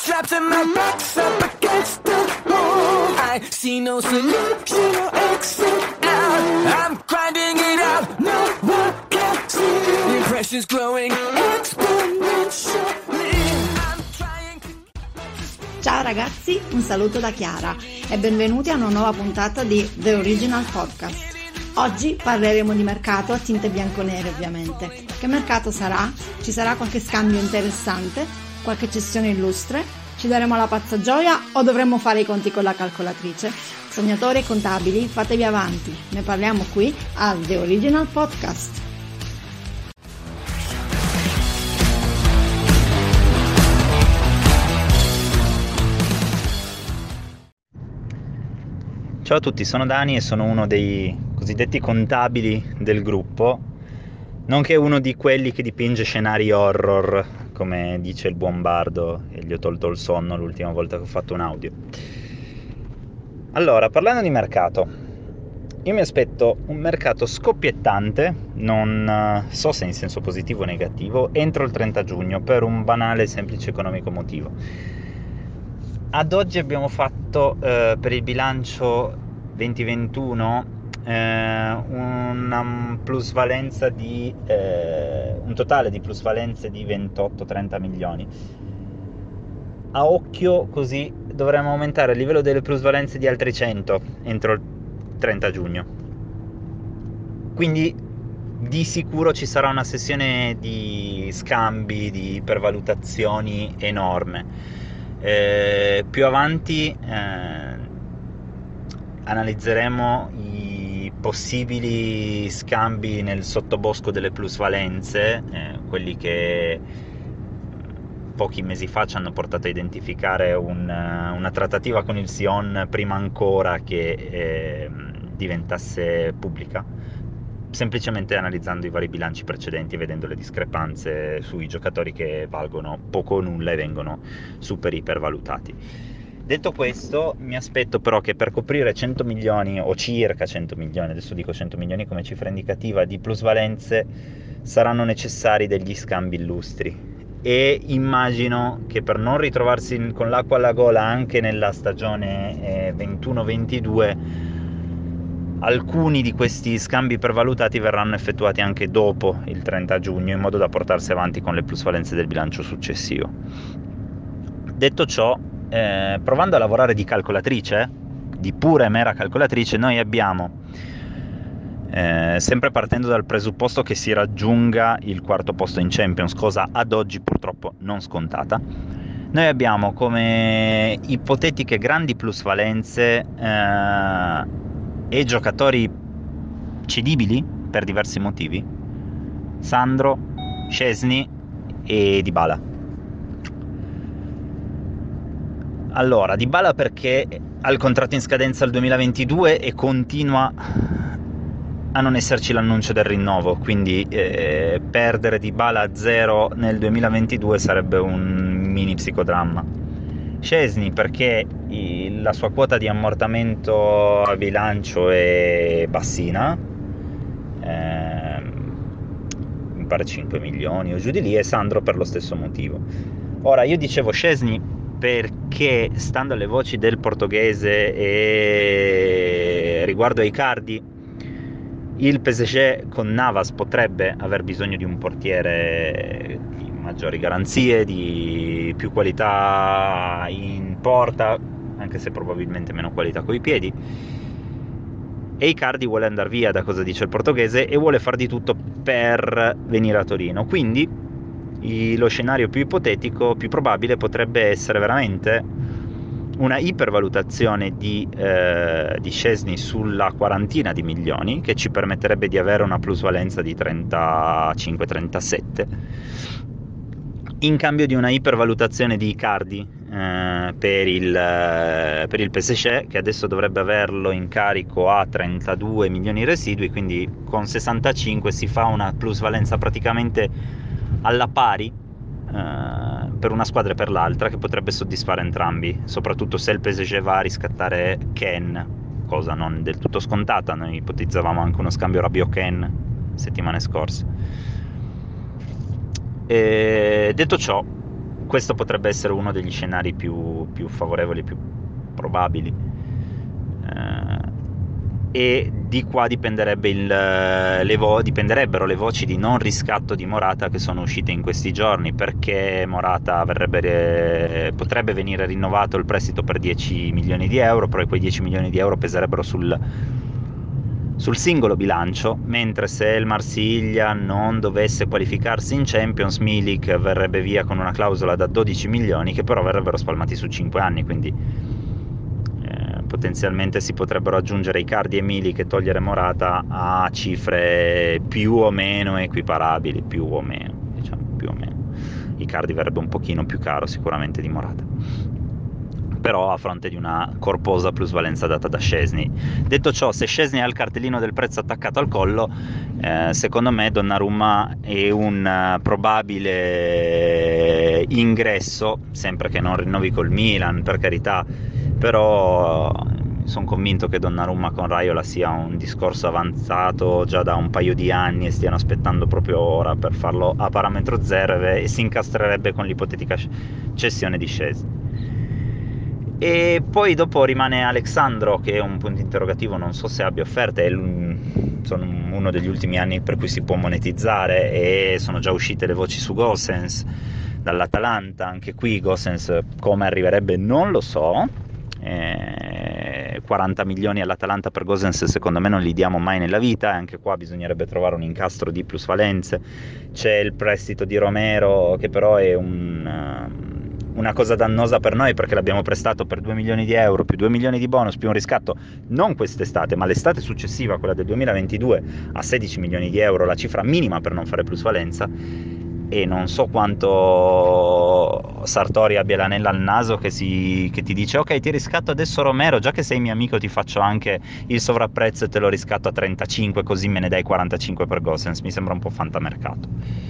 Strapped in my back's up against the wall. I see no solution, no exit out. I'm grinding it out, no one can see. The pressure's growing exponentially. I'm trying to... Ciao ragazzi, un saluto da Chiara e benvenuti a una nuova puntata di The Original Podcast. Oggi parleremo di mercato a tinte bianconere ovviamente. Che mercato sarà? Ci sarà qualche scambio interessante? Qualche cessione illustre? Ci daremo la pazza gioia o dovremmo fare i conti con la calcolatrice? Sognatori e contabili, fatevi avanti. Ne parliamo qui al The Original Podcast. Ciao a tutti, sono Dani e sono uno dei cosiddetti contabili del gruppo, nonché uno di quelli che dipinge scenari horror, come dice il buon Bardo, e gli ho tolto il sonno l'ultima volta che ho fatto un audio. Allora, parlando di mercato, io mi aspetto un mercato scoppiettante, non so se in senso positivo o negativo, entro il 30 giugno per un banale e semplice economico motivo. Ad oggi abbiamo fatto per il bilancio 2021 una plusvalenza di un totale di plusvalenze di 28-30 milioni. A occhio così dovremmo aumentare il livello delle plusvalenze di altri 100 entro il 30 giugno. Quindi di sicuro ci sarà una sessione di scambi, di ipervalutazioni enorme. Più avanti analizzeremo i possibili scambi nel sottobosco delle plusvalenze, quelli che pochi mesi fa ci hanno portato a identificare una trattativa con il Sion prima ancora che diventasse pubblica, semplicemente analizzando i vari bilanci precedenti e vedendo le discrepanze sui giocatori che valgono poco o nulla e vengono super ipervalutati. Detto questo, mi aspetto però che per coprire 100 milioni o circa 100 milioni, adesso dico 100 milioni come cifra indicativa di plusvalenze, saranno necessari degli scambi illustri e immagino che per non ritrovarsi con l'acqua alla gola anche nella stagione 21-22 alcuni di questi scambi ipervalutati verranno effettuati anche dopo il 30 giugno in modo da portarsi avanti con le plusvalenze del bilancio successivo. Detto ciò, provando a lavorare di calcolatrice, di pura e mera calcolatrice, noi abbiamo, sempre partendo dal presupposto che si raggiunga il quarto posto in Champions, cosa ad oggi purtroppo non scontata, noi abbiamo come ipotetiche grandi plusvalenze e giocatori cedibili per diversi motivi: Sandro, Szczesny e Dybala. Allora, Dybala perché ha il contratto in scadenza al 2022 e continua a non esserci l'annuncio del rinnovo, quindi perdere Dybala a zero nel 2022 sarebbe un mini psicodramma. Szczesny perché la sua quota di ammortamento a bilancio è bassina, mi pare 5 milioni o giù di lì, e Sandro per lo stesso motivo. Ora, io dicevo Szczesny perché, stando alle voci del portoghese e riguardo ai Icardi, il PSG con Navas potrebbe aver bisogno di un portiere di maggiori garanzie, di più qualità in porta, anche se probabilmente meno qualità coi piedi, e Icardi vuole andare via, da cosa dice il portoghese, e vuole far di tutto per venire a Torino. Quindi lo scenario più ipotetico, più probabile, potrebbe essere veramente una ipervalutazione di Szczesny sulla quarantina di milioni, che ci permetterebbe di avere una plusvalenza di 35-37, in cambio di una ipervalutazione di Icardi per il PSG, che adesso dovrebbe averlo in carico a 32 milioni residui, quindi con 65 si fa una plusvalenza praticamente alla pari per una squadra e per l'altra, che potrebbe soddisfare entrambi, soprattutto se il PSG va a riscattare Ken, cosa non del tutto scontata. Noi ipotizzavamo anche uno scambio Rabiot-Ken settimane scorse. Detto ciò, questo potrebbe essere uno degli scenari più favorevoli, più probabili. E di qua dipenderebbero le voci di non riscatto di Morata che sono uscite in questi giorni, perché Morata potrebbe venire rinnovato il prestito per 10 milioni di euro, però quei 10 milioni di euro peserebbero sul singolo bilancio, mentre se il Marsiglia non dovesse qualificarsi in Champions, Milik verrebbe via con una clausola da 12 milioni che però verrebbero spalmati su 5 anni, quindi potenzialmente si potrebbero aggiungere Icardi e Milik e togliere Morata a cifre più o meno equiparabili, più o meno. Icardi verrebbe un pochino più caro sicuramente di Morata, però a fronte di una corposa plusvalenza data da Szczęsny. Detto ciò, se Szczęsny ha il cartellino del prezzo attaccato al collo, secondo me Donnarumma è un probabile ingresso, sempre che non rinnovi col Milan, per carità, però sono convinto che Donnarumma con Raiola sia un discorso avanzato già da un paio di anni e stiano aspettando proprio ora per farlo a parametro zero, e si incastrerebbe con l'ipotetica cessione di Szczęsny. E poi dopo rimane Alexandro, che è un punto interrogativo, non so se abbia offerte, sono uno degli ultimi anni per cui si può monetizzare, e sono già uscite le voci su Gosens dall'Atalanta. Anche qui Gosens come arriverebbe non lo so, 40 milioni all'Atalanta per Gosens secondo me non li diamo mai nella vita, e anche qua bisognerebbe trovare un incastro di plusvalenze. C'è il prestito di Romero, che però è una cosa dannosa per noi, perché l'abbiamo prestato per 2 milioni di euro più 2 milioni di bonus più un riscatto non quest'estate ma l'estate successiva, quella del 2022, a 16 milioni di euro, la cifra minima per non fare plusvalenza. E non so quanto Sartori abbia l'anello al naso che ti dice: ok, ti riscatto adesso Romero, già che sei mio amico ti faccio anche il sovrapprezzo e te lo riscatto a 35, così me ne dai 45 per Gosens. Mi sembra un po' fantamercato.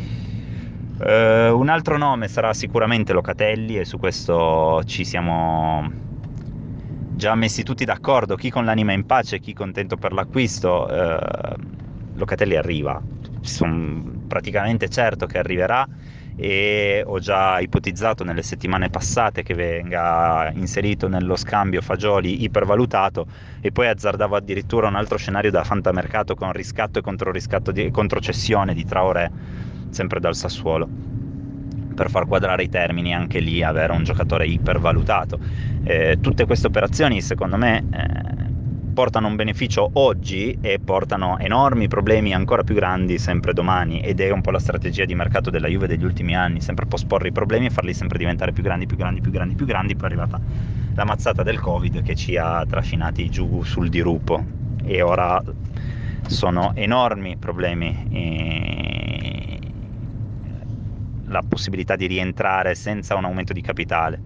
Un altro nome sarà sicuramente Locatelli, e su questo ci siamo già messi tutti d'accordo, chi con l'anima in pace, chi contento per l'acquisto. Locatelli arriva, sono praticamente certo che arriverà, e ho già ipotizzato nelle settimane passate che venga inserito nello scambio Fagioli ipervalutato, e poi azzardavo addirittura un altro scenario da fantamercato con riscatto e controcessione di Traoré, sempre dal Sassuolo, per far quadrare i termini, anche lì avere un giocatore ipervalutato. Tutte queste operazioni secondo me portano un beneficio oggi e portano enormi problemi ancora più grandi sempre domani, ed è un po' la strategia di mercato della Juve degli ultimi anni, sempre posporre i problemi e farli sempre diventare più grandi. Poi è arrivata la mazzata del Covid che ci ha trascinati giù sul dirupo, e ora sono enormi problemi, e la possibilità di rientrare senza un aumento di capitale.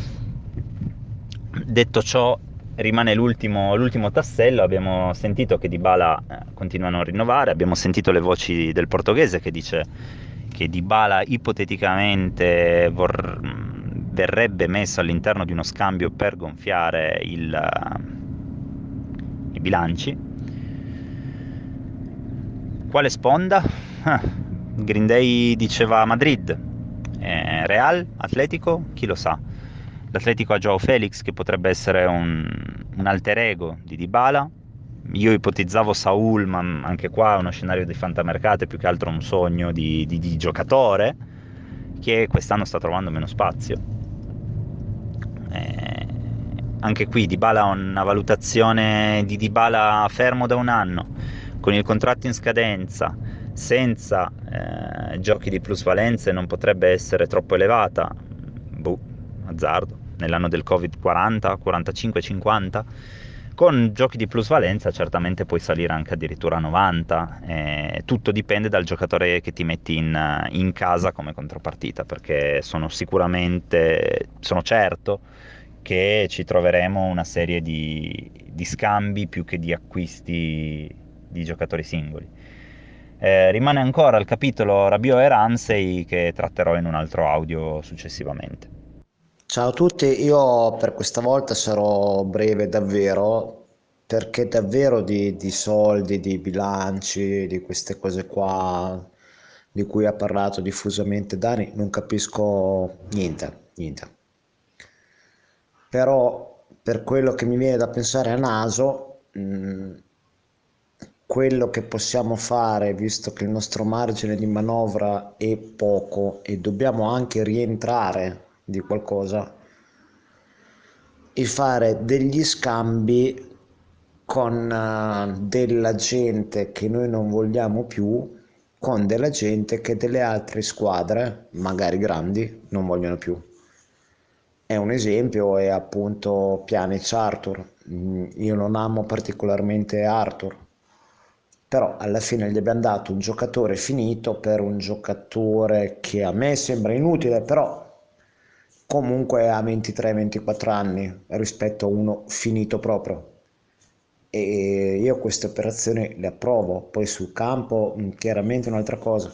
Detto ciò, rimane l'ultimo tassello. Abbiamo sentito che Dybala continua a non rinnovare, abbiamo sentito le voci del portoghese che dice che Dybala ipoteticamente verrebbe messo all'interno di uno scambio per gonfiare i bilanci. Quale sponda? Green Day diceva Madrid, Real, Atletico, chi lo sa. L'Atletico ha Joao Felix, che potrebbe essere un alter ego di Dybala. Io ipotizzavo Saul, ma anche qua è uno scenario di fantamercato, più che altro un sogno di giocatore che quest'anno sta trovando meno spazio. Anche qui Dybala ha una valutazione di Dybala fermo da un anno, con il contratto in scadenza, senza giochi di plusvalenze, non potrebbe essere troppo elevata. Azzardo, nell'anno del Covid 40, 45, 50. Con giochi di plusvalenza certamente puoi salire anche addirittura a 90. Tutto dipende dal giocatore che ti metti in casa come contropartita, perché sono certo che ci troveremo una serie di scambi più che di acquisti di giocatori singoli. Rimane ancora il capitolo Rabiot e Ramsey, che tratterò in un altro audio successivamente. Ciao a tutti, io per questa volta sarò breve davvero, perché davvero di soldi, di bilanci, di queste cose qua di cui ha parlato diffusamente Dani, non capisco niente. Però per quello che mi viene da pensare a naso, quello che possiamo fare, visto che il nostro margine di manovra è poco e dobbiamo anche rientrare di qualcosa, è fare degli scambi con della gente che noi non vogliamo più, con della gente che delle altre squadre, magari grandi, non vogliono più. E un esempio è appunto Pjanic Arthur. Io non amo particolarmente Arthur, però alla fine gli abbiamo dato un giocatore finito per un giocatore che a me sembra inutile, però comunque ha 23-24 anni rispetto a uno finito proprio. E io queste operazioni le approvo, poi sul campo chiaramente un'altra cosa.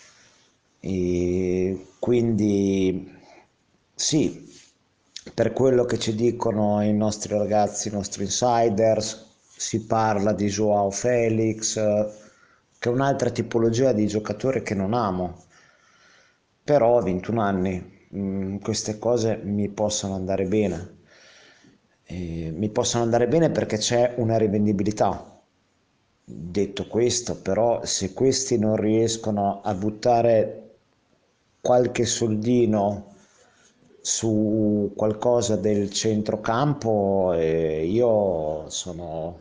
E quindi sì, per quello che ci dicono i nostri ragazzi, i nostri insiders, si parla di Joao Felix, che è un'altra tipologia di giocatore che non amo, però a 21 anni, queste cose mi possono andare bene. Mi possono andare bene perché c'è una rivendibilità. Detto questo, però, se questi non riescono a buttare qualche soldino su qualcosa del centrocampo, io sono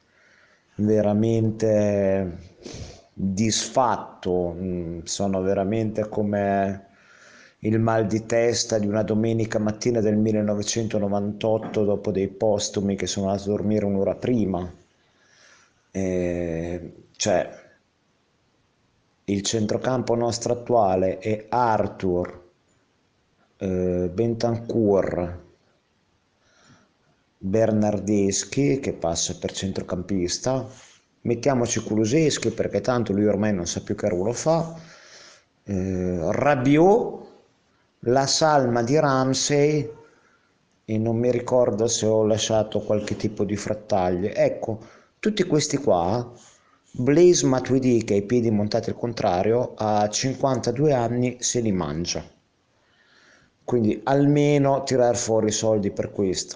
veramente disfatto, sono veramente come il mal di testa di una domenica mattina del 1998 dopo dei postumi che sono andato a dormire un'ora prima. Cioè, il centrocampo nostro attuale è Arthur, Bentancur, Bernardeschi che passa per centrocampista, mettiamoci Kuluseschi perché tanto lui ormai non sa più che ruolo fa, Rabiot, la salma di Ramsey e non mi ricordo se ho lasciato qualche tipo di frattaglie. Ecco, tutti questi qua, Blaise Matuidi che ha i piedi montati al contrario, a 52 anni se li mangia. Quindi almeno tirar fuori i soldi per questo.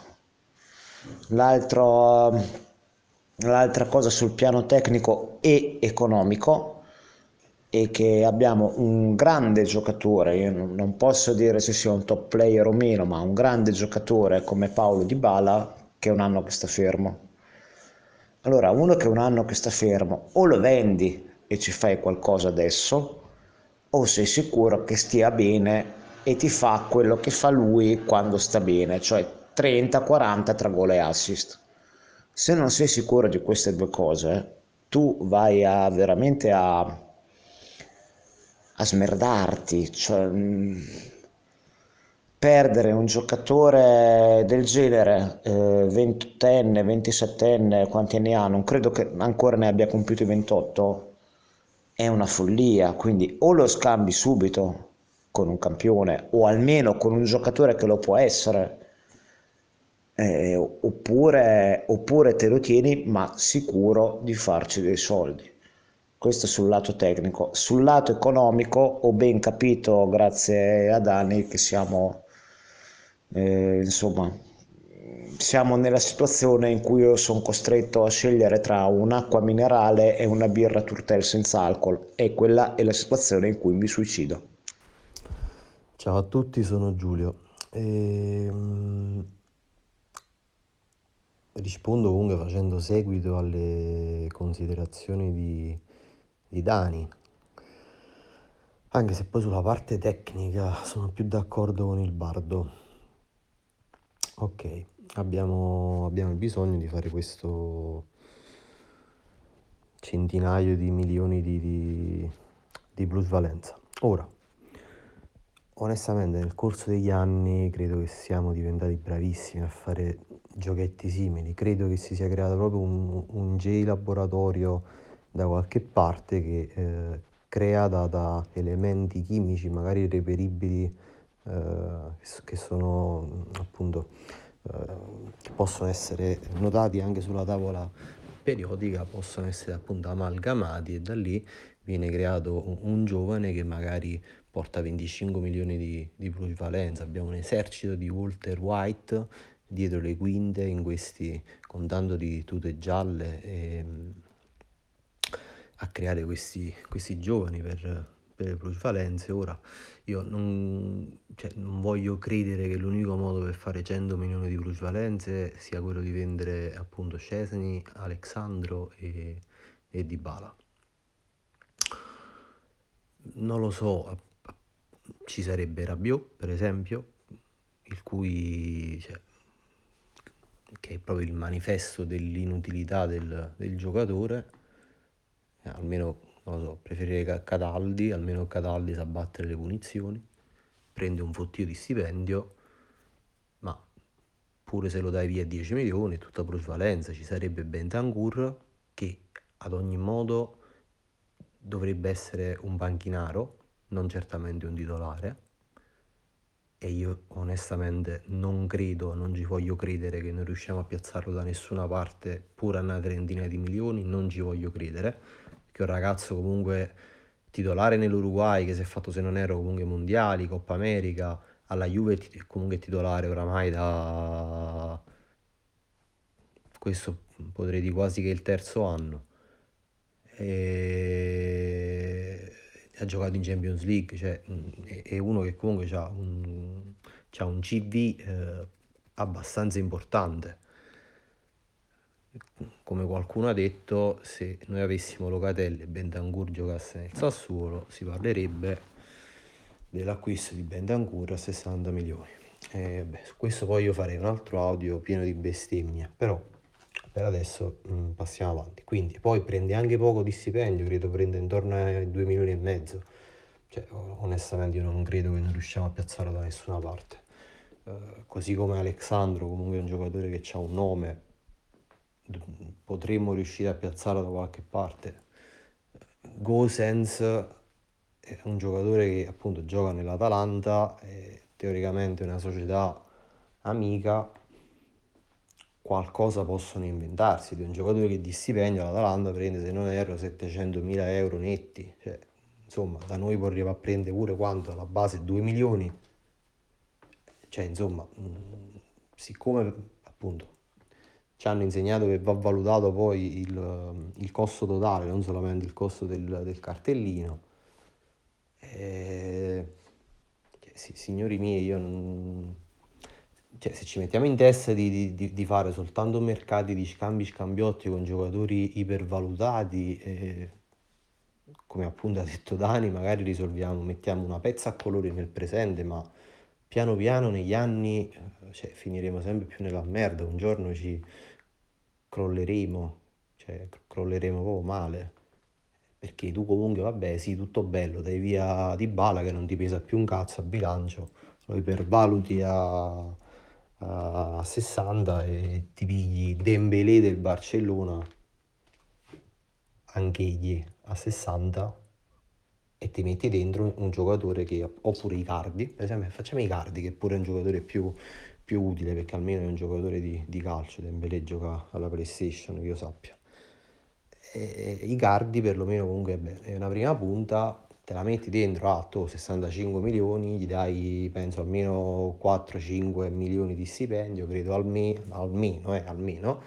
L'altra cosa sul piano tecnico e economico è che abbiamo un grande giocatore, io non posso dire se sia un top player o meno, ma un grande giocatore come Paulo Dybala che è un anno che sta fermo. Allora, uno che è un anno che sta fermo, o lo vendi e ci fai qualcosa adesso, o sei sicuro che stia bene e ti fa quello che fa lui quando sta bene, cioè 30-40 tra gol e assist. Se non sei sicuro di queste due cose, tu vai a veramente a smerdarti, cioè perdere un giocatore del genere, 28enne, 27enne, quanti anni ha? Non credo che ancora ne abbia compiuti 28, è una follia, quindi o lo scambi subito con un campione o almeno con un giocatore che lo può essere, oppure te lo tieni ma sicuro di farci dei soldi. Questo sul lato tecnico. Sul lato economico ho ben capito, grazie a Dani, che insomma, siamo nella situazione in cui io sono costretto a scegliere tra un'acqua minerale e una birra Turtel senza alcol, e quella è la situazione in cui mi suicido. Ciao a tutti, sono Giulio. Rispondo comunque facendo seguito alle considerazioni di Dani, anche se poi sulla parte tecnica sono più d'accordo con il Bardo. Ok, abbiamo bisogno di fare questo centinaio di milioni di plusvalenza. Ora, onestamente nel corso degli anni credo che siamo diventati bravissimi a fare giochetti simili, credo che si sia creato proprio un J-laboratorio da qualche parte che crea da elementi chimici magari reperibili, che sono appunto che possono essere notati anche sulla tavola periodica, possono essere appunto amalgamati e da lì viene creato un giovane che magari porta 25 milioni di plusvalenza. Abbiamo un esercito di Walter White dietro le quinte con tanto di tute gialle a creare questi giovani per le plusvalenze. Ora io non voglio credere che l'unico modo per fare 100 milioni di plusvalenze sia quello di vendere appunto Szczęsny, Alexandro e Dybala. Non lo so, ci sarebbe Rabiot per esempio, il cui che è proprio il manifesto dell'inutilità del giocatore. Almeno non lo so, preferirei Cataldi, almeno Cataldi sa battere le punizioni, prende un fottio di stipendio, ma pure se lo dai via 10 milioni è tutta plusvalenza. Ci sarebbe Bentancur che ad ogni modo dovrebbe essere un panchinaro, non certamente un titolare, e io onestamente non ci voglio credere che non riusciamo a piazzarlo da nessuna parte, pure a una trentina di milioni, non ci voglio credere, che un ragazzo comunque titolare nell'Uruguay, che si è fatto, se non erro, comunque mondiali, Coppa America, alla Juve è comunque titolare oramai da questo potrei dire quasi che è il terzo anno, e ha giocato in Champions League, cioè è uno che comunque ha un CV abbastanza importante. Come qualcuno ha detto, se noi avessimo Locatelli e Bentancur giocasse nel Sassuolo, si parlerebbe dell'acquisto di Bentancur a 60 milioni. Su questo poi io farei un altro audio pieno di bestemmie, però per adesso passiamo avanti. Quindi poi prende anche poco di stipendio, credo prende intorno ai 2 milioni e mezzo. Cioè, onestamente io non credo che non riusciamo a piazzarlo da nessuna parte. Così come Alexandro, comunque è un giocatore che ha un nome, potremmo riuscire a piazzarlo da qualche parte. Gosens è un giocatore che appunto gioca nell'Atalanta, teoricamente è una società amica, qualcosa possono inventarsi di un giocatore che di stipendio all'Atalanta prende, se non erro, 700.000 euro netti, cioè, insomma da noi vorrebbe a prendere pure quanto alla base 2 milioni, cioè insomma siccome appunto ci hanno insegnato che va valutato poi il costo totale, non solamente il costo del cartellino, signori miei, io non... Cioè, se ci mettiamo in testa di fare soltanto mercati di scambiotti con giocatori ipervalutati, come appunto ha detto Dani, magari mettiamo una pezza a colori nel presente, ma piano piano negli anni finiremo sempre più nella merda. Un giorno ci crolleremo proprio male, perché tu comunque vabbè sì, tutto bello, dai via Dybala che non ti pesa più un cazzo a bilancio, lo ipervaluti a 60 e ti pigli Dembélé del Barcellona, anch'egli a 60, e ti metti dentro un giocatore che, oppure Icardi, per esempio facciamo Icardi che pure è un giocatore più utile, perché almeno è un giocatore di calcio. Dembélé gioca alla PlayStation, che io sappia. Icardi perlomeno comunque è una prima punta, te la metti dentro a 65 milioni, gli dai penso almeno 4-5 milioni di stipendio, credo almeno.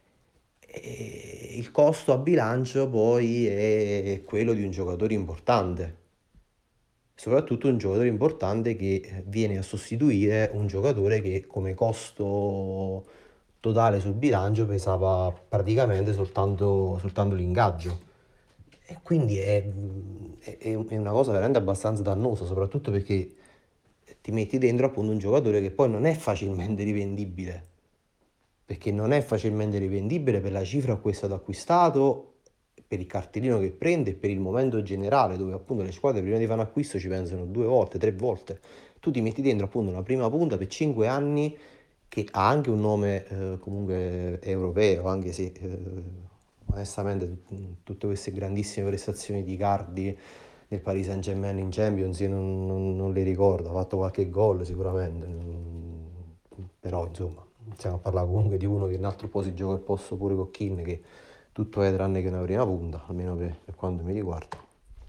E il costo a bilancio poi è quello di un giocatore importante, soprattutto un giocatore importante che viene a sostituire un giocatore che come costo totale sul bilancio pesava praticamente soltanto l'ingaggio, e quindi è una cosa veramente abbastanza dannosa, soprattutto perché ti metti dentro appunto un giocatore che poi non è facilmente rivendibile, perché non è facilmente rivendibile per la cifra a cui è stato acquistato, per il cartellino che prende e per il momento generale, dove appunto le squadre prima di fare un acquisto ci pensano 2 volte, 3 volte. Tu ti metti dentro appunto una prima punta per 5 anni che ha anche un nome comunque europeo, anche se onestamente tutte queste grandissime prestazioni di Icardi nel Paris Saint-Germain in Champions io non le ricordo. Ha fatto qualche gol sicuramente, però insomma stiamo a parlare comunque di uno che un altro po' si gioca il posto pure con Keane, che tutto è tranne che una prima punta, almeno per quanto mi riguarda.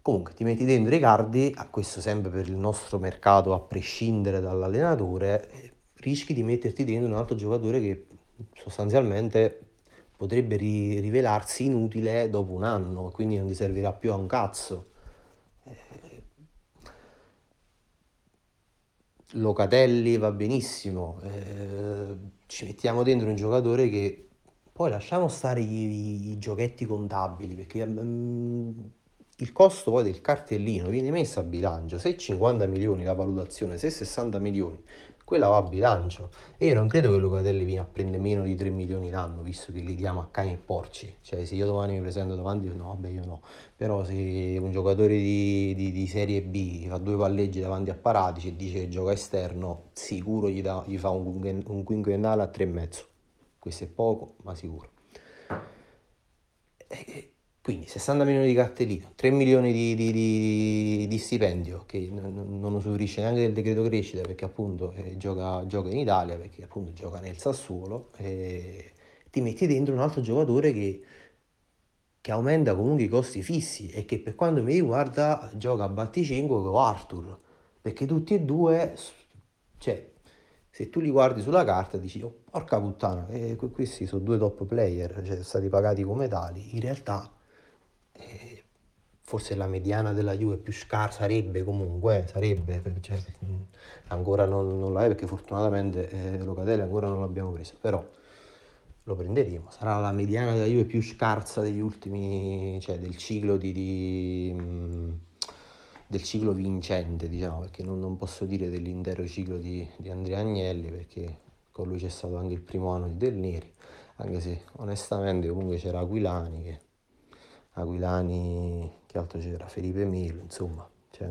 Comunque ti metti dentro Icardi, a questo sempre per il nostro mercato, a prescindere dall'allenatore, rischi di metterti dentro un altro giocatore che sostanzialmente potrebbe rivelarsi inutile dopo un anno, quindi non ti servirà più a un cazzo. Locatelli va benissimo, ci mettiamo dentro un giocatore che poi lasciamo stare i giochetti contabili, perché il costo poi del cartellino viene messo a bilancio. Se 50 milioni la valutazione, se 60 milioni, quella va a bilancio. E io non credo che Locatelli viene a prendere meno di 3 milioni l'anno, visto che li diamo a cani e porci. Cioè, se io domani mi presento davanti, no, vabbè, io no. Però se un giocatore di Serie B fa 2 palleggi davanti a Paratici e dice che gioca esterno, sicuro gli fa un quinquennale a 3,5. Questo è poco, ma sicuro. Quindi 60 milioni di cartellino, 3 milioni di stipendio, che non usufruisce neanche del decreto crescita, perché appunto gioca in Italia, perché appunto gioca nel Sassuolo, e ti metti dentro un altro giocatore che aumenta comunque i costi fissi e che per quanto mi riguarda gioca a batticinque con Arthur, perché tutti e due, cioè, se tu li guardi sulla carta dici, oh, porca puttana, questi sono 2 top player, cioè sono stati pagati come tali. In realtà forse la mediana della Juve più scarsa sarebbe comunque, cioè, ancora non la è, perché fortunatamente Locatelli ancora non l'abbiamo preso, però lo prenderemo. Sarà la mediana della Juve più scarsa degli ultimi, cioè del ciclo del ciclo vincente, diciamo, perché non posso dire dell'intero ciclo di Andrea Agnelli, perché con lui c'è stato anche il primo anno di Del Neri, anche se onestamente comunque c'era Aquilani, che altro c'era? Felipe Melo, insomma, cioè,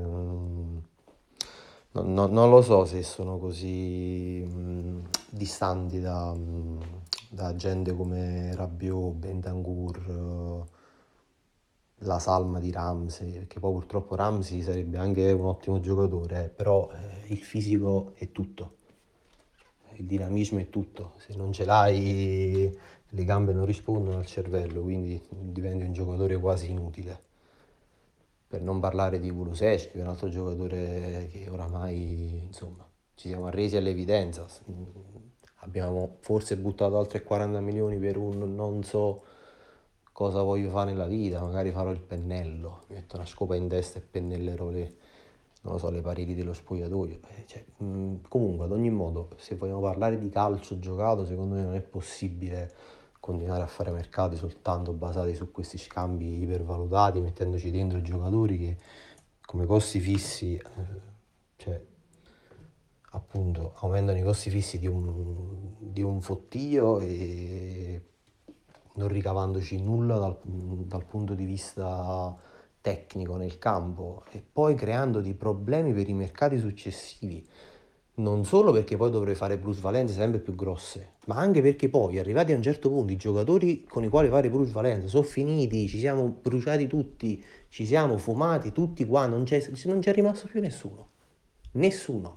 non lo so se sono così distanti da gente come Rabiot, Bentancur, la salma di Ramsey, perché poi purtroppo Ramsey sarebbe anche un ottimo giocatore, però il fisico è tutto, il dinamismo è tutto, se non ce l'hai le gambe non rispondono al cervello, quindi diventi un giocatore quasi inutile. Per non parlare di Kulusevski, che è un altro giocatore che oramai, insomma, ci siamo arresi all'evidenza. Abbiamo forse buttato altri 40 milioni per un non so cosa voglio fare nella vita, magari farò il pennello, mi metto una scopa in testa e pennellerò non lo so, le pareti dello spogliatoio. Comunque, ad ogni modo, se vogliamo parlare di calcio giocato, secondo me non è possibile continuare a fare mercati soltanto basati su questi scambi ipervalutati, mettendoci dentro giocatori che come costi fissi, cioè appunto aumentano i costi fissi di un fottio e non ricavandoci nulla dal punto di vista tecnico nel campo, e poi creando dei problemi per i mercati successivi. Non solo perché poi dovrei fare plusvalenze sempre più grosse, ma anche perché poi, arrivati a un certo punto, i giocatori con i quali fare plusvalenze sono finiti, ci siamo bruciati tutti, ci siamo fumati tutti qua, non c'è rimasto più nessuno. Nessuno.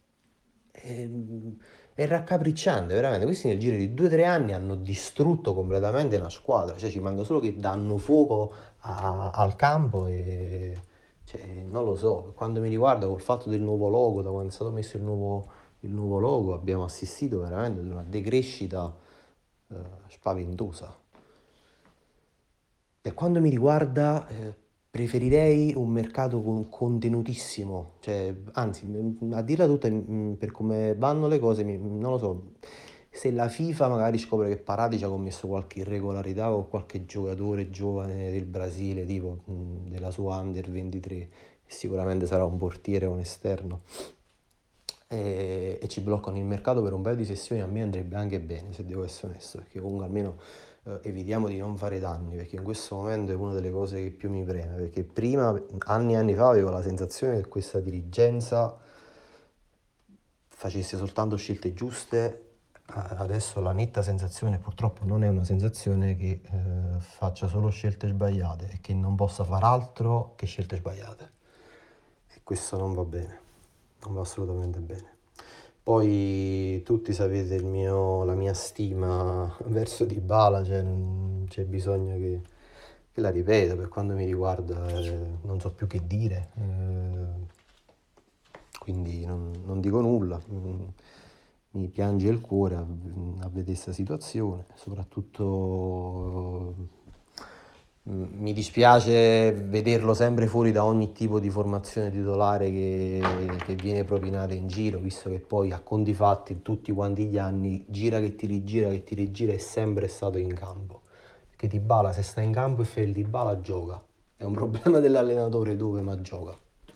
È raccapricciante, veramente. Questi nel giro di 2 o 3 anni hanno distrutto completamente una squadra, cioè ci manca solo che danno fuoco al campo e cioè, non lo so, per quanto mi riguarda, col fatto del nuovo logo, da quando è stato messo il nuovo logo, abbiamo assistito veramente ad una decrescita spaventosa. Per quanto mi riguarda, preferirei un mercato contenutissimo, cioè, anzi, a dirla tutta, per come vanno le cose, non lo so, se la FIFA magari scopre che Paratici ha commesso qualche irregolarità con qualche giocatore giovane del Brasile, tipo della sua Under 23, sicuramente sarà un portiere o un esterno, e ci bloccano il mercato per un paio di sessioni, a me andrebbe anche bene, se devo essere onesto, perché comunque almeno evitiamo di non fare danni, perché in questo momento è una delle cose che più mi preme, perché prima, anni e anni fa, avevo la sensazione che questa dirigenza facesse soltanto scelte giuste. Adesso la netta sensazione, purtroppo non è una sensazione, che faccia solo scelte sbagliate e che non possa far altro che scelte sbagliate, e questo non va bene, non va assolutamente bene. Poi tutti sapete la mia stima verso Dybala, cioè non c'è bisogno che che la ripeto, per quanto mi riguarda non so più che dire, quindi non dico nulla. Mi piange il cuore a vedere questa situazione, soprattutto mi dispiace vederlo sempre fuori da ogni tipo di formazione titolare che viene propinata in giro, visto che poi a conti fatti tutti quanti gli anni gira che ti rigira è sempre stato in campo. Perché Dybala se sta in campo e fa il Dybala gioca, è un problema dell'allenatore dove ma gioca.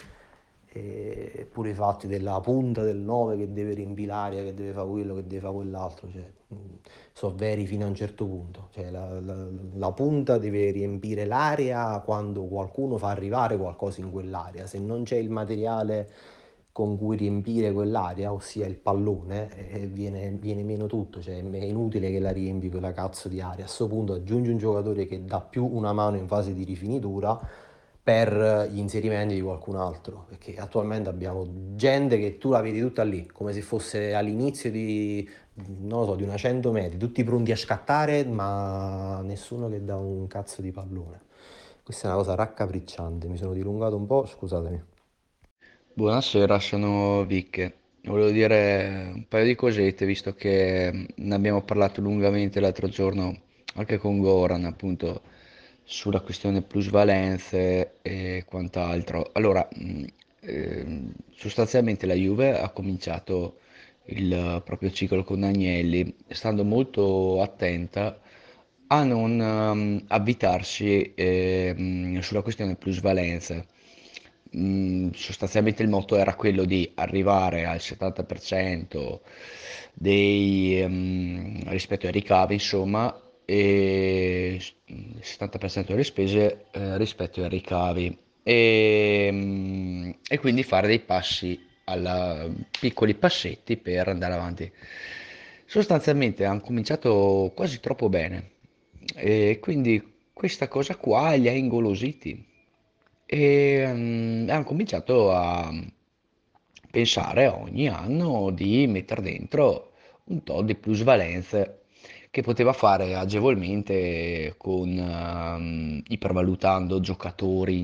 E pure i fatti della punta del 9 che deve riempire l'aria, che deve fare quello, che deve fare quell'altro, cioè, sono veri fino a un certo punto. Cioè, la punta deve riempire l'area quando qualcuno fa arrivare qualcosa in quell'area. Se non c'è il materiale con cui riempire quell'area, ossia il pallone, viene meno tutto. Cioè, è inutile che la riempi quella cazzo di area. A questo punto aggiungi un giocatore che dà più una mano in fase di rifinitura per gli inserimenti di qualcun altro, perché attualmente abbiamo gente che tu la vedi tutta lì, come se fosse all'inizio di, non lo so, di una 100 metri, tutti pronti a scattare, ma nessuno che dà un cazzo di pallone. Questa è una cosa raccapricciante, mi sono dilungato un po', scusatemi. Buonasera, sono Vic. Volevo dire un paio di cosette, visto che ne abbiamo parlato lungamente l'altro giorno anche con Goran, appunto, sulla questione plusvalenze e quant'altro. Allora, sostanzialmente la Juve ha cominciato il proprio ciclo con Agnelli, stando molto attenta a non avvitarsi sulla questione plusvalenze. Sostanzialmente il motto era quello di arrivare al 70% rispetto ai ricavi, insomma, e il 70% delle spese rispetto ai ricavi e quindi fare dei passi piccoli passetti per andare avanti. Sostanzialmente hanno cominciato quasi troppo bene e quindi questa cosa qua li ha ingolositi e hanno cominciato a pensare ogni anno di mettere dentro un tot di plusvalenze che poteva fare agevolmente con ipervalutando giocatori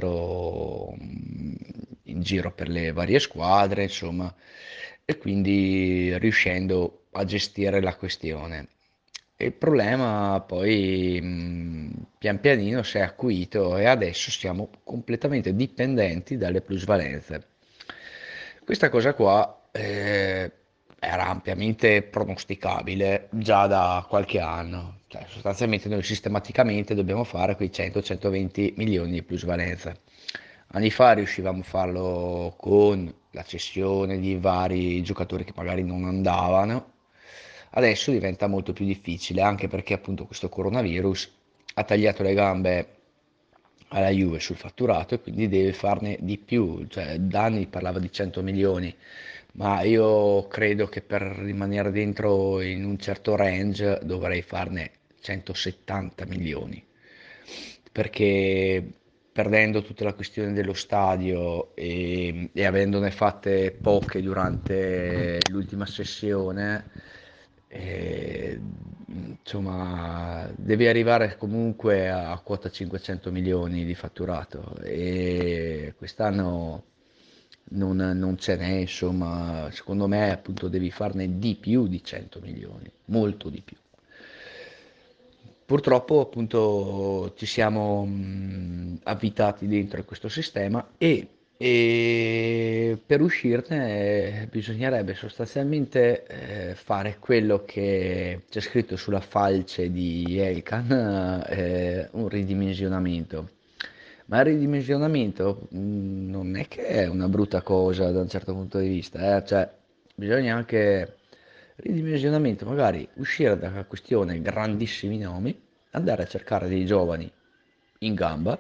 in giro per le varie squadre, insomma, e quindi riuscendo a gestire la questione. Il problema poi pian pianino si è acuito e adesso siamo completamente dipendenti dalle plusvalenze. Questa cosa qua era ampiamente pronosticabile già da qualche anno, cioè sostanzialmente noi sistematicamente dobbiamo fare quei 100-120 milioni di plusvalenze. Anni fa riuscivamo a farlo con la cessione di vari giocatori che magari non andavano. Adesso diventa molto più difficile, anche perché appunto questo coronavirus ha tagliato le gambe alla Juve sul fatturato e quindi deve farne di più. Cioè, Dani parlava di 100 milioni, ma io credo che per rimanere dentro in un certo range dovrei farne 170 milioni, perché perdendo tutta la questione dello stadio e avendone fatte poche durante l'ultima sessione, insomma, devi arrivare comunque a quota 500 milioni di fatturato e quest'anno non ce n'è, insomma, secondo me appunto devi farne di più di 100 milioni, molto di più. Purtroppo appunto ci siamo avvitati dentro questo sistema e per uscirne bisognerebbe sostanzialmente fare quello che c'è scritto sulla falce di Elkan, un ridimensionamento. Ma il ridimensionamento non è che è una brutta cosa da un certo punto di vista, cioè bisogna anche ridimensionamento, magari uscire dalla questione grandissimi nomi, andare a cercare dei giovani in gamba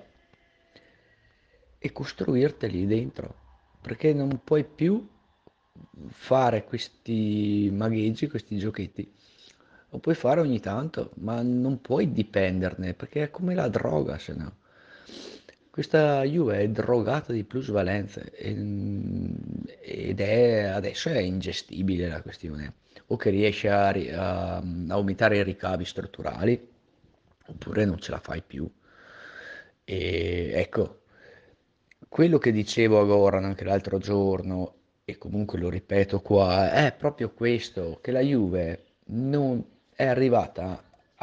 e costruirteli dentro, perché non puoi più fare questi magheggi, questi giochetti. Lo puoi fare ogni tanto, ma non puoi dipenderne, perché è come la droga, se no. Questa Juve è drogata di plusvalenze ed è adesso è ingestibile la questione. O che riesci a aumentare i ricavi strutturali, oppure non ce la fai più. E ecco, quello che dicevo a Goran anche l'altro giorno, e comunque lo ripeto qua, è proprio questo, che la Juve non è arrivata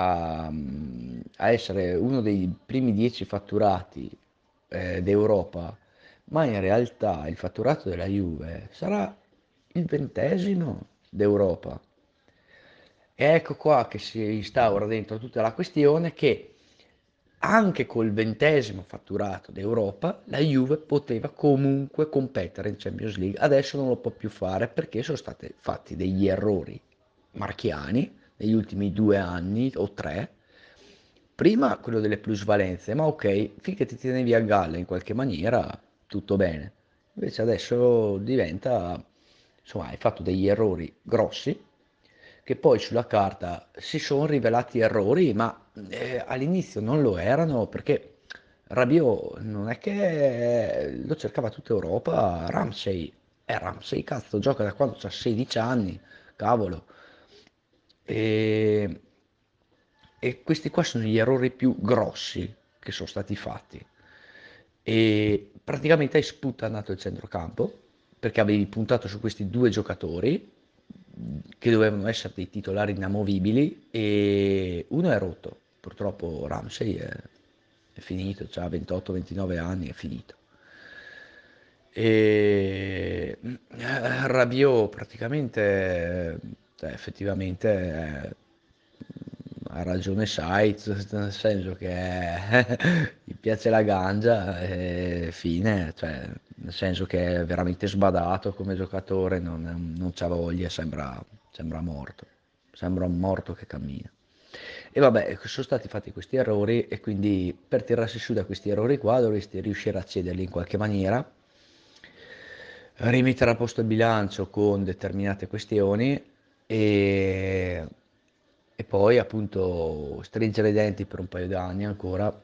a essere uno dei primi 10 fatturati d'Europa, ma in realtà il fatturato della Juve sarà il 20° d'Europa. E ecco qua che si instaura dentro tutta la questione che anche col 20° fatturato d'Europa la Juve poteva comunque competere in Champions League. Adesso non lo può più fare perché sono stati fatti degli errori marchiani negli ultimi 2 anni o 3. Prima quello delle plusvalenze, ma ok, finché ti tenevi a galla in qualche maniera, tutto bene. Invece adesso diventa, insomma, hai fatto degli errori grossi che poi sulla carta si sono rivelati errori, ma all'inizio non lo erano perché Rabiot non è che lo cercava tutta Europa, Ramsey, cazzo, gioca da quando ha 16 anni, cavolo. E, e questi qua sono gli errori più grossi che sono stati fatti. E praticamente hai sputtanato il centrocampo perché avevi puntato su questi due giocatori che dovevano essere dei titolari inamovibili e uno è rotto. Purtroppo Ramsey è finito, ha 28-29 anni, è finito. E Rabiot praticamente, effettivamente, ha ragione Sainz, nel senso che gli piace la ganja e fine, cioè, nel senso che è veramente sbadato come giocatore, non c'ha voglia, sembra morto, sembra un morto che cammina. E vabbè, sono stati fatti questi errori e quindi per tirarsi su da questi errori qua dovresti riuscire a cederli in qualche maniera, rimettere a posto il bilancio con determinate questioni e, e poi appunto stringere i denti per un paio di anni ancora,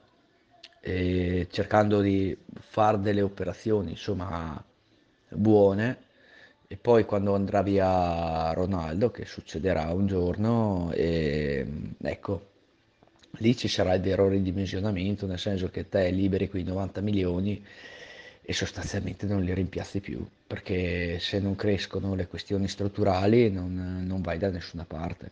cercando di fare delle operazioni insomma buone e poi quando andrà via Ronaldo, che succederà un giorno, ecco, lì ci sarà il vero ridimensionamento, nel senso che te liberi quei 90 milioni e sostanzialmente non li rimpiazzi più, perché se non crescono le questioni strutturali non vai da nessuna parte.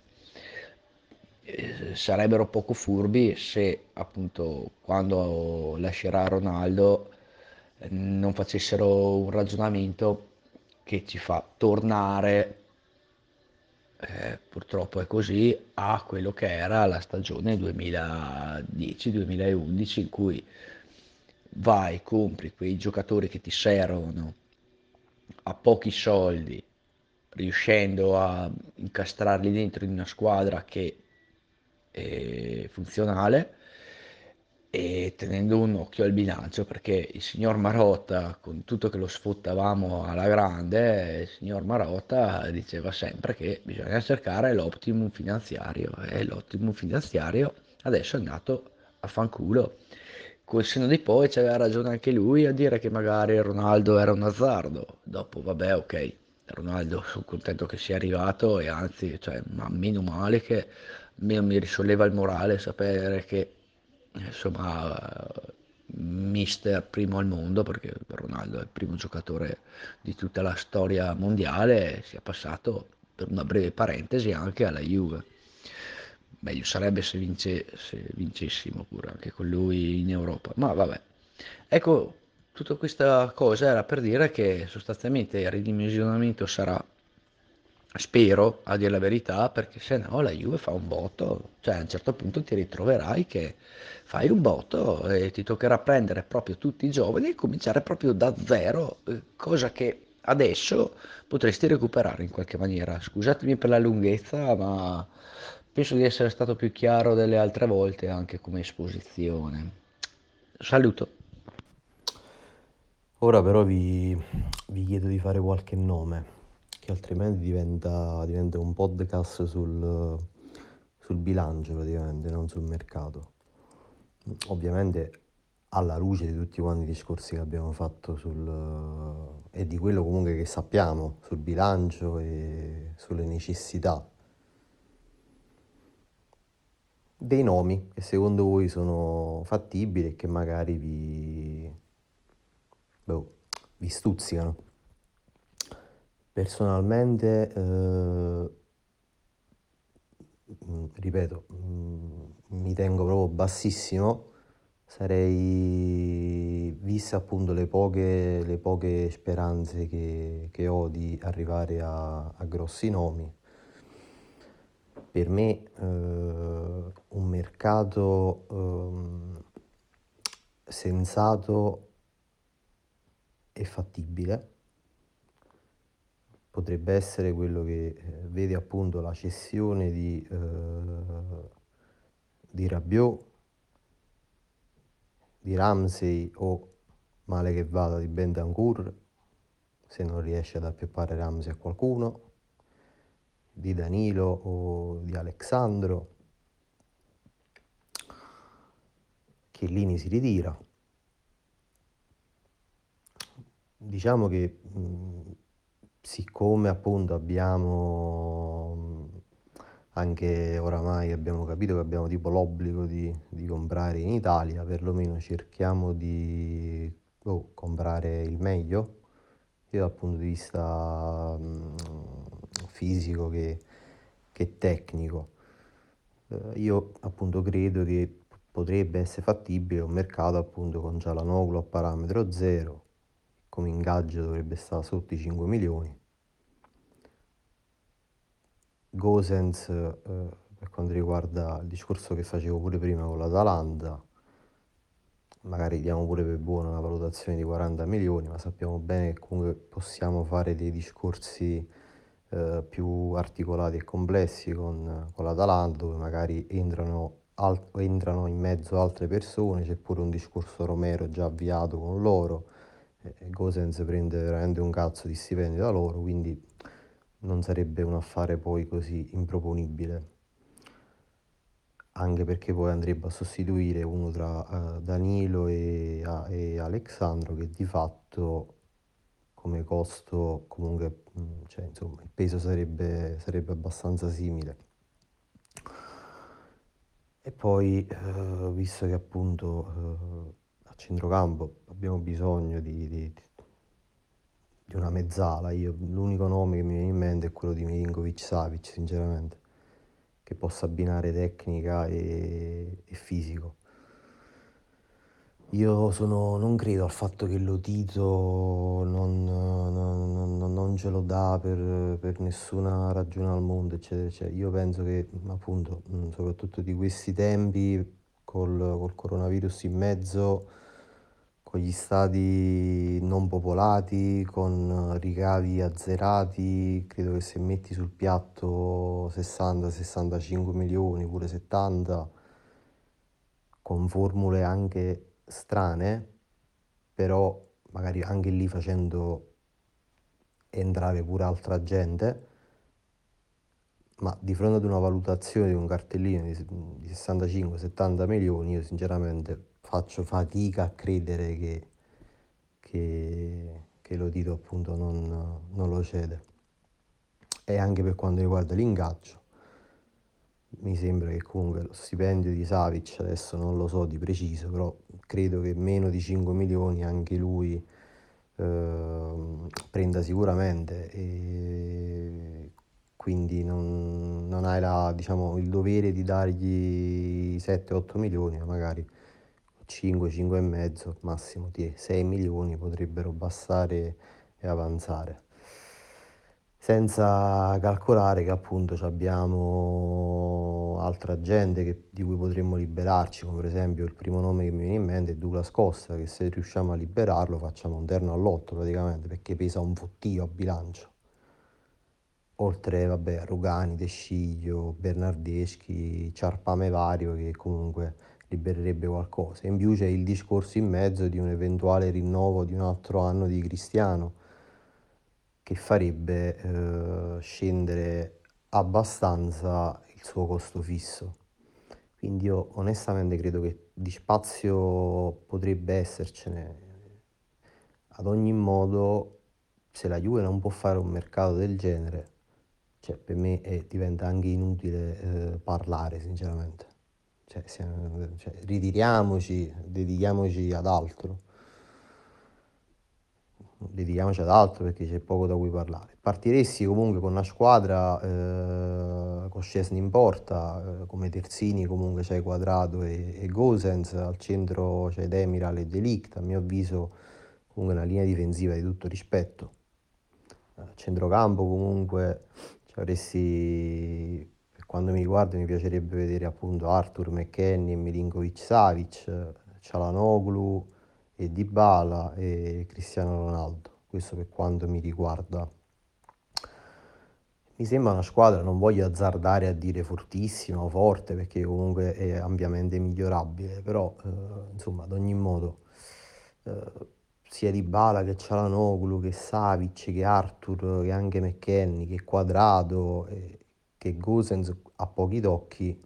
Sarebbero poco furbi se appunto quando lascerà Ronaldo non facessero un ragionamento che ci fa tornare, purtroppo è così, a quello che era la stagione 2010-2011 in cui vai, compri quei giocatori che ti servono a pochi soldi, riuscendo a incastrarli dentro in una squadra che è funzionale e tenendo un occhio al bilancio perché il signor Marotta, con tutto che lo sfottavamo alla grande, il signor Marotta diceva sempre che bisogna cercare l'optimum finanziario e l'optimum finanziario adesso è andato a fanculo. Col senno di poi c'aveva ragione anche lui a dire che magari Ronaldo era un azzardo. Dopo, vabbè, ok, Ronaldo sono contento che sia arrivato e anzi, cioè, ma meno male che almeno mi risolleva il morale sapere che insomma mister primo al mondo perché Ronaldo è il primo giocatore di tutta la storia mondiale, sia passato per una breve parentesi anche alla Juve. Meglio sarebbe se vincessimo pure anche con lui in Europa, ma vabbè. Ecco, tutta questa cosa era per dire che sostanzialmente il ridimensionamento sarà, spero, a dire la verità, perché se no la Juve fa un botto, cioè a un certo punto ti ritroverai che fai un botto e ti toccherà prendere proprio tutti i giovani e cominciare proprio da zero, cosa che adesso potresti recuperare in qualche maniera. Scusatemi per la lunghezza, ma penso di essere stato più chiaro delle altre volte anche come esposizione. Saluto. Ora però vi chiedo di fare qualche nome, che altrimenti diventa un podcast sul bilancio praticamente, non sul mercato. Ovviamente alla luce di tutti quanti i discorsi che abbiamo fatto e di quello comunque che sappiamo sul bilancio e sulle necessità dei nomi che secondo voi sono fattibili e che magari vi stuzzicano. Personalmente, ripeto, mi tengo proprio bassissimo. Sarei, viste appunto le poche speranze che ho di arrivare a grossi nomi, per me un mercato sensato e fattibile potrebbe essere quello che vede appunto la cessione di Rabiot, di Ramsey o, male che vada, di Bentancur, se non riesce ad appioppare Ramsey a qualcuno, di Danilo o di Alexandro. Chiellini si ritira. Diciamo che siccome appunto abbiamo anche oramai abbiamo capito che abbiamo tipo l'obbligo di comprare in Italia, perlomeno cerchiamo di comprare il meglio, sia dal punto di vista fisico che tecnico. Io appunto credo che potrebbe essere fattibile un mercato appunto con Çalhanoğlu a parametro zero, come ingaggio dovrebbe stare sotto i 5 milioni. Gosens, per quanto riguarda il discorso che facevo pure prima con l'Atalanta, magari diamo pure per buona una valutazione di 40 milioni, ma sappiamo bene che comunque possiamo fare dei discorsi più articolati e complessi con l'Atalanta, dove magari entrano in mezzo altre persone, c'è pure un discorso Romero già avviato con loro, Gosens prende veramente un cazzo di stipendio da loro, quindi non sarebbe un affare poi così improponibile, anche perché poi andrebbe a sostituire uno tra Danilo e Alexandro, che di fatto come costo comunque, cioè, insomma, il peso sarebbe abbastanza simile. E poi, visto che appunto a centrocampo abbiamo bisogno di una mezzala, l'unico nome che mi viene in mente è quello di Milinkovic-Savic, sinceramente, che possa abbinare tecnica e fisico. Io non credo al fatto che Lotito non ce lo dà per nessuna ragione al mondo, eccetera, eccetera. Io penso che appunto, soprattutto di questi tempi, col coronavirus in mezzo, con gli stadi non popolati, con ricavi azzerati, credo che se metti sul piatto 60-65 milioni, pure 70, con formule anche strane, però magari anche lì facendo entrare pure altra gente, ma di fronte ad una valutazione di un cartellino di 65-70 milioni, io sinceramente faccio fatica a credere che Lotito appunto non lo cede. E anche per quanto riguarda l'ingaggio, mi sembra che comunque lo stipendio di Savic, adesso non lo so di preciso, però credo che meno di 5 milioni anche lui prenda sicuramente, e quindi non hai diciamo, il dovere di dargli 7-8 milioni, ma magari 5 e mezzo, massimo 6 milioni potrebbero bastare e avanzare. Senza calcolare che appunto abbiamo altra gente di cui potremmo liberarci, come per esempio il primo nome che mi viene in mente è Douglas Costa, che se riusciamo a liberarlo facciamo un terno all'otto praticamente, perché pesa un fottio a bilancio. Oltre, vabbè, Rugani, De Sciglio, Bernardeschi, Ciarpame vario, che comunque libererebbe qualcosa. In più c'è il discorso in mezzo di un eventuale rinnovo di un altro anno di Cristiano, che farebbe scendere abbastanza il suo costo fisso. Quindi io onestamente credo che di spazio potrebbe essercene. Ad ogni modo, se la Juve non può fare un mercato del genere, cioè per me diventa anche inutile parlare, sinceramente. ritiriamoci, dedichiamoci ad altro perché c'è poco da cui parlare. Partiresti comunque con una squadra con Szczęsny in porta, come terzini comunque c'è Quadrato e Gosens, al centro c'è Demiral e De Ligt, a mio avviso comunque una linea difensiva di tutto rispetto. A centrocampo comunque avresti, per quanto mi riguarda, mi piacerebbe vedere appunto Arthur, McKennie, Milinkovic Savic, Çalhanoğlu e Dybala e Cristiano Ronaldo. Questo per quanto mi riguarda. Mi sembra una squadra, non voglio azzardare a dire fortissima o forte perché comunque è ampiamente migliorabile, però insomma ad ogni modo sia Dybala che Çalhanoğlu che Savic che Arthur che anche McKennie che Quadrato che Gosens a pochi tocchi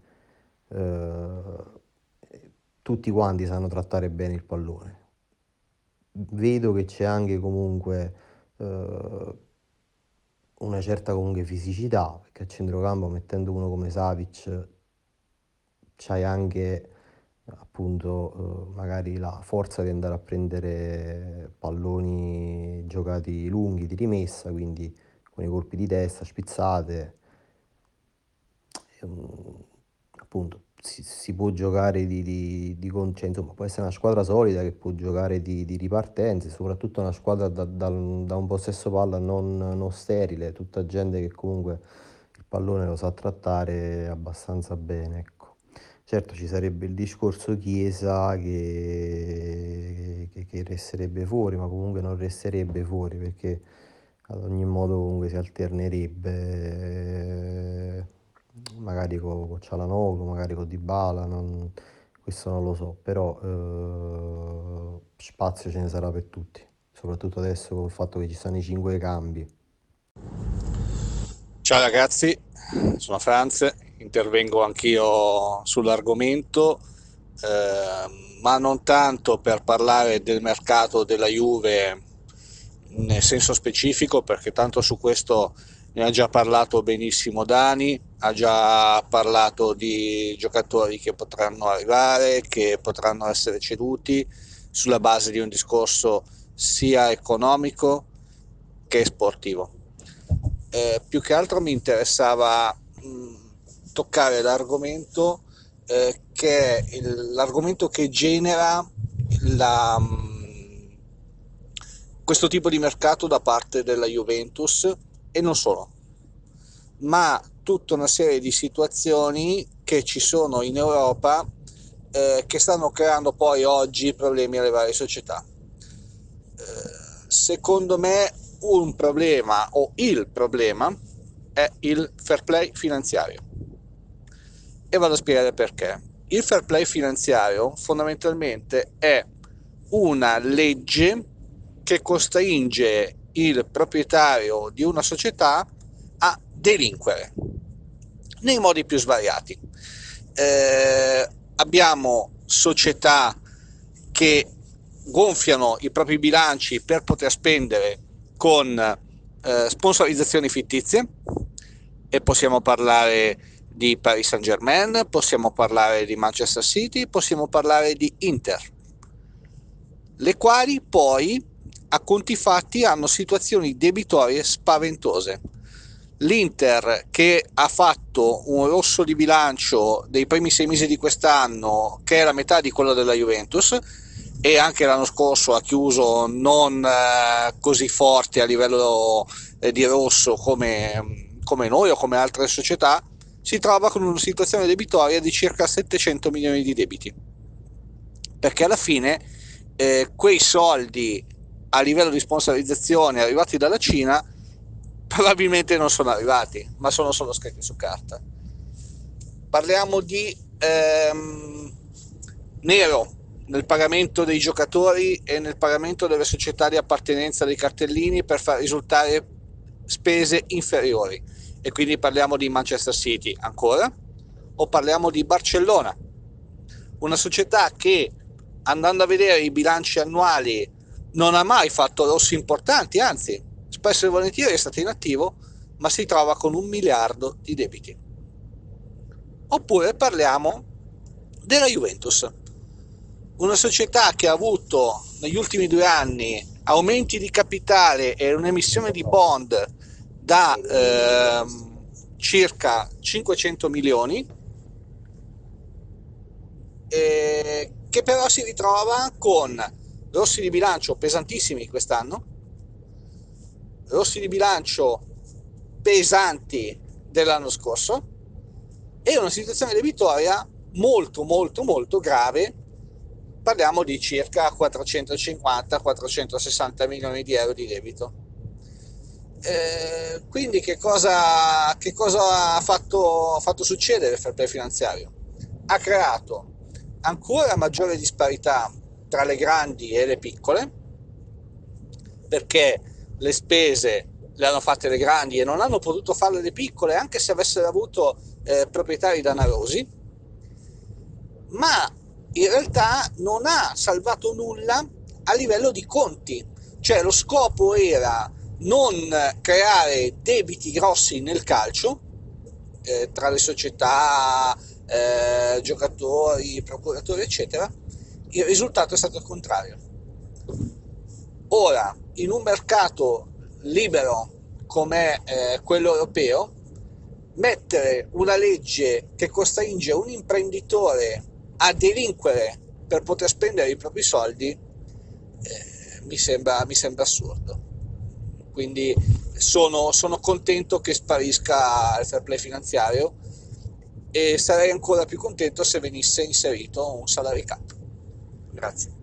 tutti quanti sanno trattare bene il pallone. Vedo che c'è anche comunque una certa comunque fisicità, perché a centrocampo mettendo uno come Savic c'hai anche appunto magari la forza di andare a prendere palloni giocati lunghi di rimessa, quindi con i colpi di testa, spizzate, appunto si può giocare cioè, insomma, può essere una squadra solida che può giocare di ripartenza, soprattutto una squadra da un possesso palla non sterile, tutta gente che comunque il pallone lo sa trattare abbastanza bene, ecco. Certo ci sarebbe il discorso Chiesa che resterebbe fuori, ma comunque non resterebbe fuori perché ad ogni modo comunque si alternerebbe magari con Çalhanoğlu, magari con Dybala, questo non lo so, però spazio ce ne sarà per tutti, soprattutto adesso con il fatto che ci stanno i 5 cambi. Ciao ragazzi, sono Franz, intervengo anch'io sull'argomento, ma non tanto per parlare del mercato della Juve nel senso specifico, perché tanto su questo ne ha già parlato benissimo Dani, ha già parlato di giocatori che potranno arrivare, che potranno essere ceduti sulla base di un discorso sia economico che sportivo. Più che altro mi interessava toccare l'argomento che è l'argomento che genera questo tipo di mercato da parte della Juventus e non solo, ma tutta una serie di situazioni che ci sono in Europa che stanno creando poi oggi problemi alle varie società. Secondo me un problema o il problema è il fair play finanziario e vado a spiegare perché. Il fair play finanziario fondamentalmente è una legge che costringe il proprietario di una società a delinquere nei modi più svariati. Abbiamo società che gonfiano i propri bilanci per poter spendere con sponsorizzazioni fittizie e possiamo parlare di Paris Saint-Germain, possiamo parlare di Manchester City, possiamo parlare di Inter, le quali poi a conti fatti hanno situazioni debitorie spaventose. L'Inter, che ha fatto un rosso di bilancio dei primi 6 mesi di quest'anno che è la metà di quello della Juventus, e anche l'anno scorso ha chiuso non così forte a livello di rosso come noi o come altre società, si trova con una situazione debitoria di circa 700 milioni di debiti, perché alla fine quei soldi a livello di sponsorizzazione arrivati dalla Cina probabilmente non sono arrivati, ma sono solo scritti su carta. Parliamo di nero nel pagamento dei giocatori e nel pagamento delle società di appartenenza dei cartellini per far risultare spese inferiori, e quindi parliamo di Manchester City ancora, o parliamo di Barcellona, una società che andando a vedere i bilanci annuali non ha mai fatto rossi importanti, anzi spesso e volentieri è stata in attivo, ma si trova con 1 miliardo di debiti. Oppure parliamo della Juventus, una società che ha avuto negli ultimi 2 anni aumenti di capitale e un'emissione di bond da circa 500 milioni, che però si ritrova con rossi di bilancio pesantissimi quest'anno, rossi di bilancio pesanti dell'anno scorso e una situazione debitoria molto molto molto grave. Parliamo di circa 450-460 milioni di euro di debito. Quindi che cosa ha fatto succedere il fair play finanziario? Ha creato ancora maggiore disparità tra le grandi e le piccole, perché le spese le hanno fatte le grandi e non hanno potuto farle le piccole, anche se avessero avuto proprietari danarosi, ma in realtà non ha salvato nulla a livello di conti. Cioè, lo scopo era non creare debiti grossi nel calcio, tra le società, giocatori, procuratori, eccetera. Il risultato è stato il contrario. Ora, in un mercato libero come quello europeo, mettere una legge che costringe un imprenditore a delinquere per poter spendere i propri soldi mi sembra assurdo. Quindi sono contento che sparisca il fair play finanziario e sarei ancora più contento se venisse inserito un salary cap. Grazie.